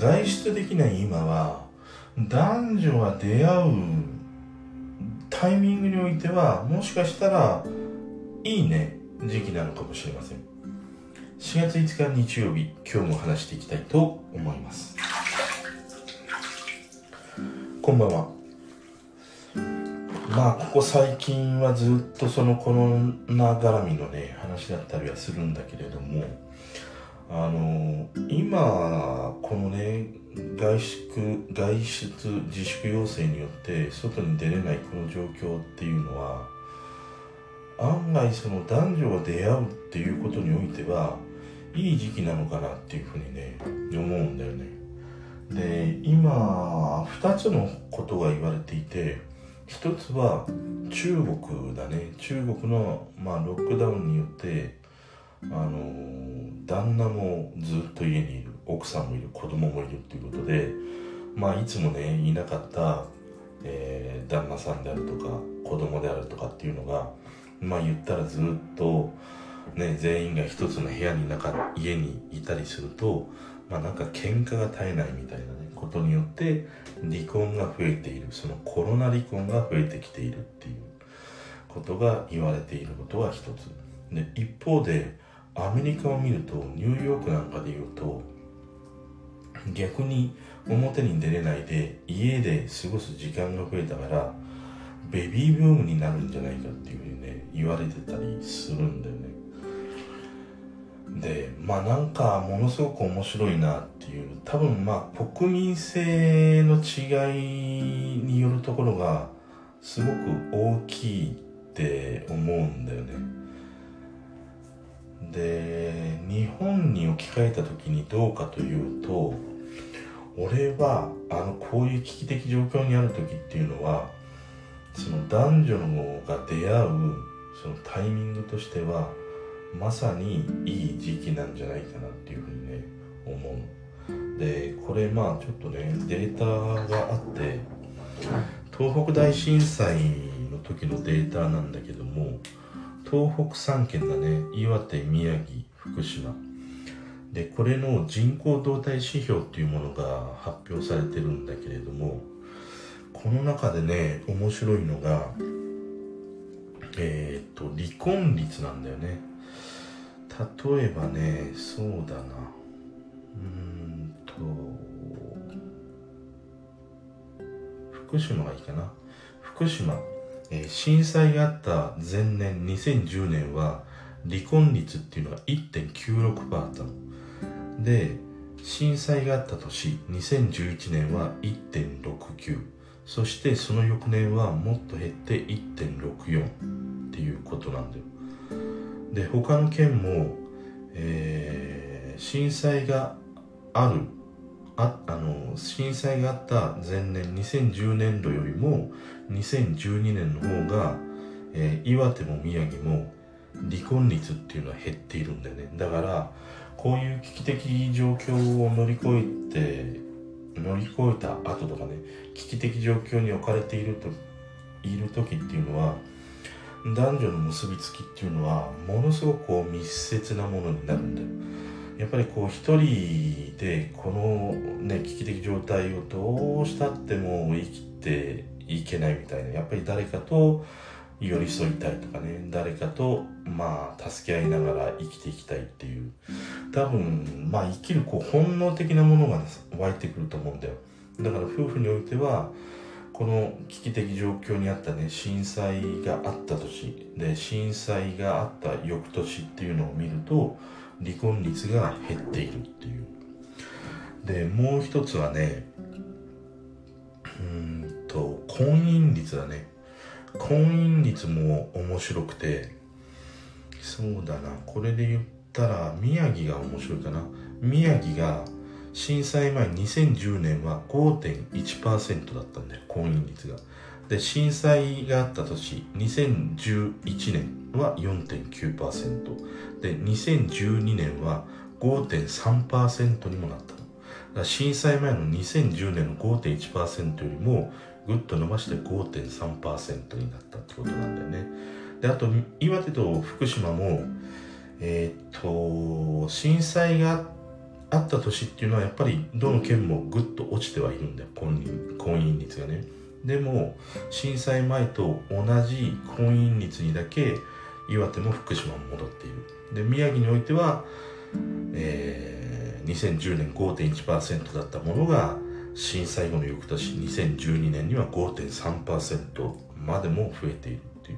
外出できない今は男女が出会うタイミングにおいてはもしかしたらいいね時期なのかもしれません。4月5日日曜日、今日も話していきたいと思います。こんばんは。ここ最近はずっとそのコロナ絡みのね話だったりはするんだけれども、今このね外出自粛要請によって外に出れないこの状況っていうのは、案外その男女が出会うっていうことにおいてはいい時期なのかなっていうふうにね思うんだよね。で、今2つのことが言われていて、一つは中国だね。中国の、ロックダウンによって旦那もずっと家にいる、奥さんもいる、子供もいるっていうことで、いつもねいなかった、旦那さんであるとか子供であるとかっていうのが、言ったらずっとね全員が一つの部屋に家にいたりすると、なんか喧嘩が絶えないみたいなねことによって離婚が増えている、そのコロナ離婚が増えてきているっていうことが言われていることは一つで、一方でアメリカを見ると、ニューヨークなんかで言うと逆に表に出れないで家で過ごす時間が増えたからベビーブームになるんじゃないかっていうふうにね言われてたりするんだよね。で、なんかものすごく面白いなっていう、多分国民性の違いによるところがすごく大きいって思うんだよね。で、日本に置き換えた時にどうかというと、俺はこういう危機的状況にある時っていうのは、その男女のが出会うそのタイミングとしてはまさにいい時期なんじゃないかなっていうふうにね思う。で、これちょっとねデータがあって、東北大震災の時のデータなんだけども、東北3県だね、岩手、宮城、福島で、これの人口動態指標っていうものが発表されてるんだけれども、この中でね面白いのが離婚率なんだよね。例えばね、そうだな、福島がいいかな。福島、震災があった前年2010年は離婚率っていうのが 1.96% だったので、震災があった年2011年は 1.69%、そしてその翌年はもっと減って 1.64 っていうことなんだよ。で、他の県も、震災が震災があった前年2010年度よりも2012年の方が、岩手も宮城も離婚率っていうのは減っているんだよね。だからこういう危機的状況を乗り越えた後とかね、危機的状況に置かれている時っていうのは、男女の結びつきっていうのはものすごく密接なものになるんだよ。やっぱり一人でこのね危機的状態をどうしたっても生きていけないみたいな、やっぱり誰かと寄り添いたいとかね、誰かと助け合いながら生きていきたいっていう、多分生きる本能的なものが湧いてくると思うんだよ。だから夫婦においてはこの危機的状況にあったね震災があった年で、震災があった翌年っていうのを見ると離婚率が減っているっていう。で、もう一つはね、婚姻率だね。婚姻率も面白くて、そうだな、これで言ったら宮城が面白いかな。宮城が震災前2010年は 5.1% だったんだよ、婚姻率が。で、震災があった年2011年は 4.9% で、2012年は 5.3% にもなったの。だから震災前の2010年の 5.1% よりもぐっと伸ばして 5.3% になったってことなんだよね。で、あと岩手と福島も震災があった年っていうのはやっぱりどの県もぐっと落ちてはいるんだよ、婚姻率がね。でも震災前と同じ婚姻率にだけ岩手も福島も戻っている。で宮城においては、2010年 5.1% だったものが震災後の翌年2012年には 5.3% までも増えているっていう。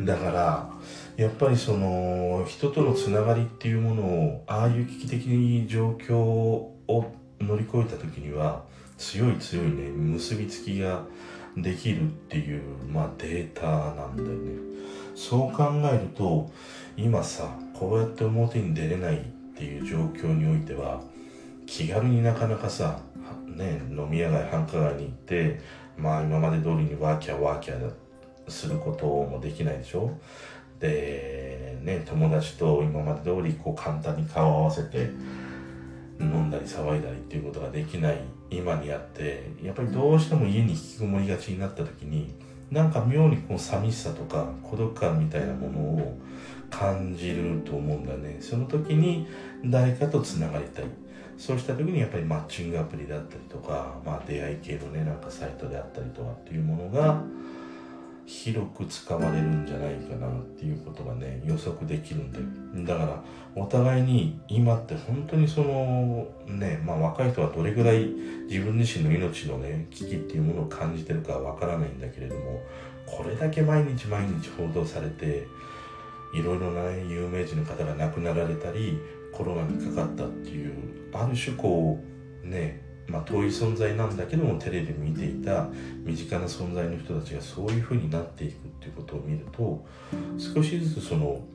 だからやっぱりその人とのつながりっていうものをああいう危機的状況を乗り越えた時には強いね結びつきができるっていう、データなんだよね。そう考えると今さこうやって表に出れないっていう状況においては気軽になかなかさ飲み屋街繁華街に行って今まで通りにワーキャーすることもできないでしょ。で友達と今まで通り簡単に顔を合わせて飲んだり騒いだりっていうことができない今にあって、やっぱりどうしても家に引きこもりがちになった時になんか妙に寂しさとか孤独感みたいなものを感じると思うんだね。その時に誰かとつながりたい。そうした時にやっぱりマッチングアプリだったりとか、出会い系のなんかサイトであったりとかっていうものが広く使われるんじゃないかなっていうことが予測できるんだよ。だからお互いに今って本当に若い人はどれぐらい自分自身の命の危機っていうものを感じてるかはわからないんだけれども、これだけ毎日報道されていろいろな有名人の方が亡くなられたりコロナにかかったっていう、ある種遠い存在なんだけどもテレビ見ていた身近な存在の人たちがそういう風になっていくっていうことを見ると、少しずつ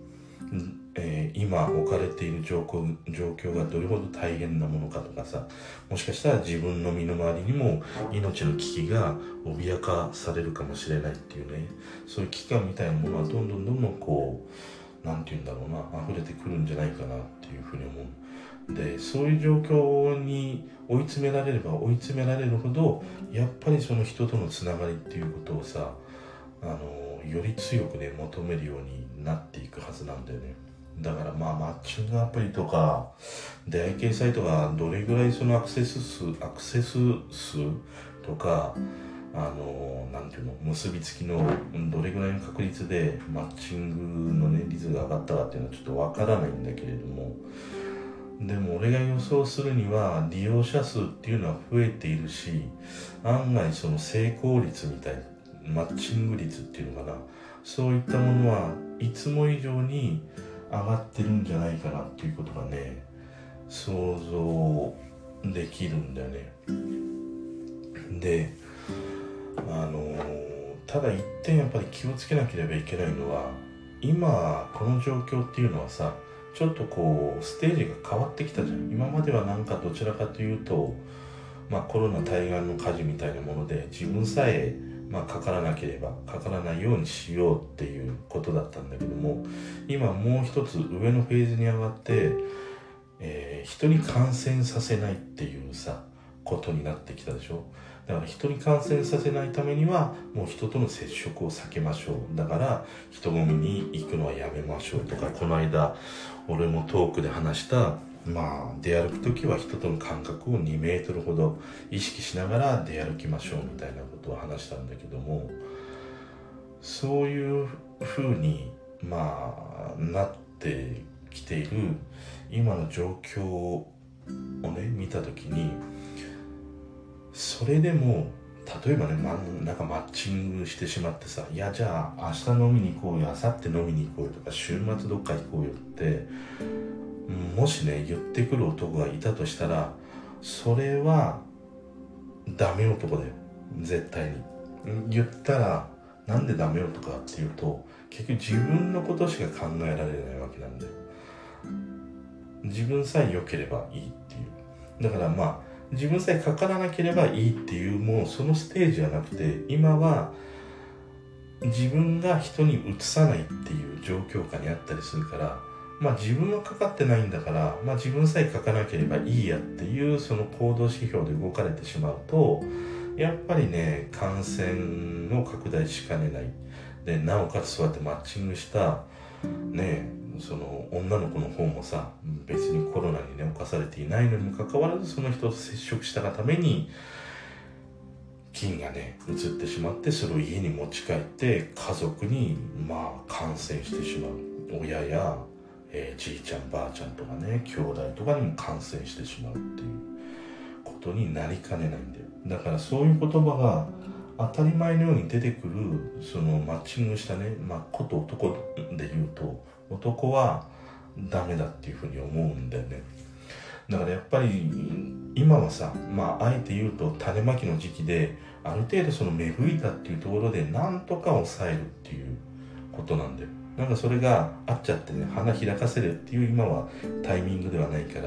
今置かれている状況がどれほど大変なものかとかさ、もしかしたら自分の身の回りにも命の危機が脅かされるかもしれないっていうそういう危機感みたいなものはどんどん溢れてくるんじゃないかなっていうふうに思う。でそういう状況に追い詰められれば追い詰められるほどやっぱりその人とのつながりっていうことをさより強く求めるようになっていくはずなんだよね。だからマッチングアプリとか出会い系サイトがどれぐらいそのアクセス数とか結びつきのどれぐらいの確率でマッチングの率が上がったかっていうのはちょっとわからないんだけれども、でも俺が予想するには利用者数っていうのは増えているし、案外その成功率みたいなマッチング率っていうのかな、そういったものはいつも以上に上がってるんじゃないかなっていうことが想像できるんだよね。でただ一点やっぱり気をつけなければいけないのは、今この状況っていうのはさちょっとステージが変わってきたじゃん。今まではどちらかというとコロナ対岸の火事みたいなもので自分さえかからなければかからないようにしようっていうことだったんだけども、今もう一つ上のフェーズに上がって、人に感染させないっていうことになってきたでしょ。だから人に感染させないためにはもう人との接触を避けましょう。だから人混みに行くのはやめましょうとか、この間俺もトークで話した出歩くときは人との間隔を2メートルほど意識しながら出歩きましょうみたいなことを話したんだけども、そういう風になってきている今の状況を見たときに、それでも例えばマッチングしてしまってさ、いやじゃあ明日飲みに行こうよ、明後日飲みに行こうよとか、週末どっか行こうよってもし言ってくる男がいたとしたら、それはダメ男だよ絶対に。言ったらなんでダメ男かっていうと、結局自分のことしか考えられないわけなんだよ。自分さえ良ければいいっていう。だから自分さえかからなければいいっていう、もうそのステージじゃなくて、今は自分が人にうつさないっていう状況下にあったりするから、自分はかかってないんだから、自分さえかかなければいいやっていうその行動指標で動かれてしまうと、やっぱり感染を拡大しかねない。でなおかつそうやってマッチングしたねその女の子の方もさ、別にコロナにね侵されていないのにもかかわらず、その人と接触したがために菌がね移ってしまって、それを家に持ち帰って家族に感染してしまう。親や、じいちゃんばあちゃんとかね、兄弟とかにも感染してしまうっていうことになりかねないんだよ。だからそういう言葉が当たり前のように出てくる、そのマッチングしたね、こと男で言うと、男はダメだっていうふうに思うんだよね。だからやっぱり今はさ、あえて言うと種まきの時期で、ある程度その芽吹いたっていうところでなんとか抑えるっていうことなんだよ。なんかそれがあっちゃってね、花開かせるっていう今はタイミングではないから、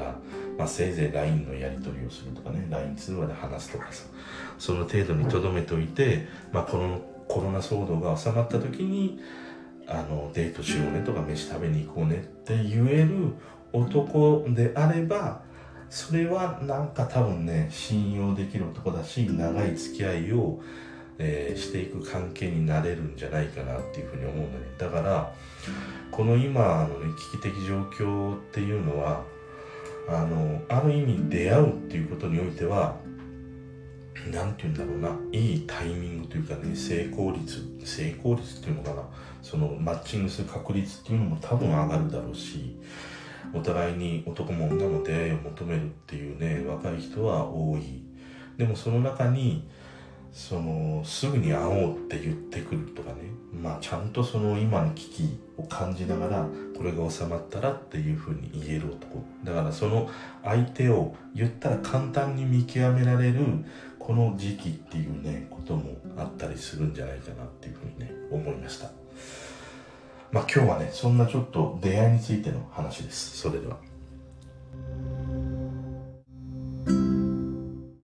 せいぜい LINE のやり取りをするとかね、LINE 通話で話すとかさ、その程度に留めておいて、このコロナ騒動が収まった時にデートしようねとか飯食べに行こうねって言える男であれば、それはなんか多分ね信用できる男だし、長い付き合いを、していく関係になれるんじゃないかなっていうふうに思うんだね。だからこの今の、危機的状況っていうのはある意味出会うっていうことにおいては、なんていうんだろうな、いいタイミングというかね、成功率っていうのかな、そのマッチングする確率っていうのも多分上がるだろうし、お互いに男も女の出会いを求めるっていうね、若い人は多い。でもその中にすぐに会おうって言ってくるとかね、ちゃんとその今の危機を感じながら、これが収まったらっていうふうに言える男だから、その相手を言ったら簡単に見極められるこの時期っていうねこともあったりするんじゃないかなっていうふうにね思いました。今日はねそんなちょっと出会いについての話です。それでは。